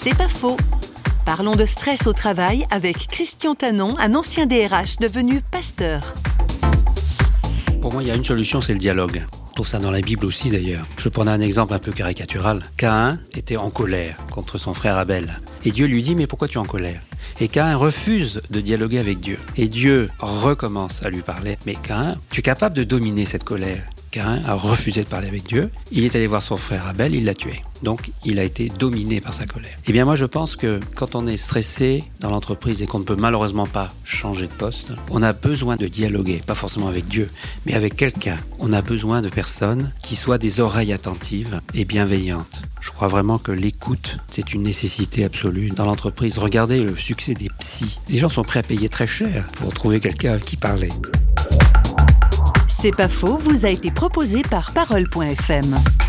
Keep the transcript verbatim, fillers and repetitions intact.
C'est pas faux. Parlons de stress au travail avec Christian Tanon, un ancien D R H devenu pasteur. Pour moi, il y a une solution, c'est le dialogue. On trouve ça dans la Bible aussi d'ailleurs. Je prends un exemple un peu caricatural. Caïn était en colère contre son frère Abel. Et Dieu lui dit, mais pourquoi tu es en colère ? Et Caïn refuse de dialoguer avec Dieu. Et Dieu recommence à lui parler. Mais Caïn, tu es capable de dominer cette colère ? Caïn a refusé de parler avec Dieu. Il est allé voir son frère Abel, il l'a tué. Donc, il a été dominé par sa colère. Eh bien, moi, je pense que quand on est stressé dans l'entreprise et qu'on ne peut malheureusement pas changer de poste, on a besoin de dialoguer, pas forcément avec Dieu, mais avec quelqu'un. On a besoin de personnes qui soient des oreilles attentives et bienveillantes. Je crois vraiment que l'écoute, c'est une nécessité absolue dans l'entreprise. Regardez le succès des psys. Les gens sont prêts à payer très cher pour trouver quelqu'un qui parlait. C'est pas faux, vous a été proposé par Parole point F M.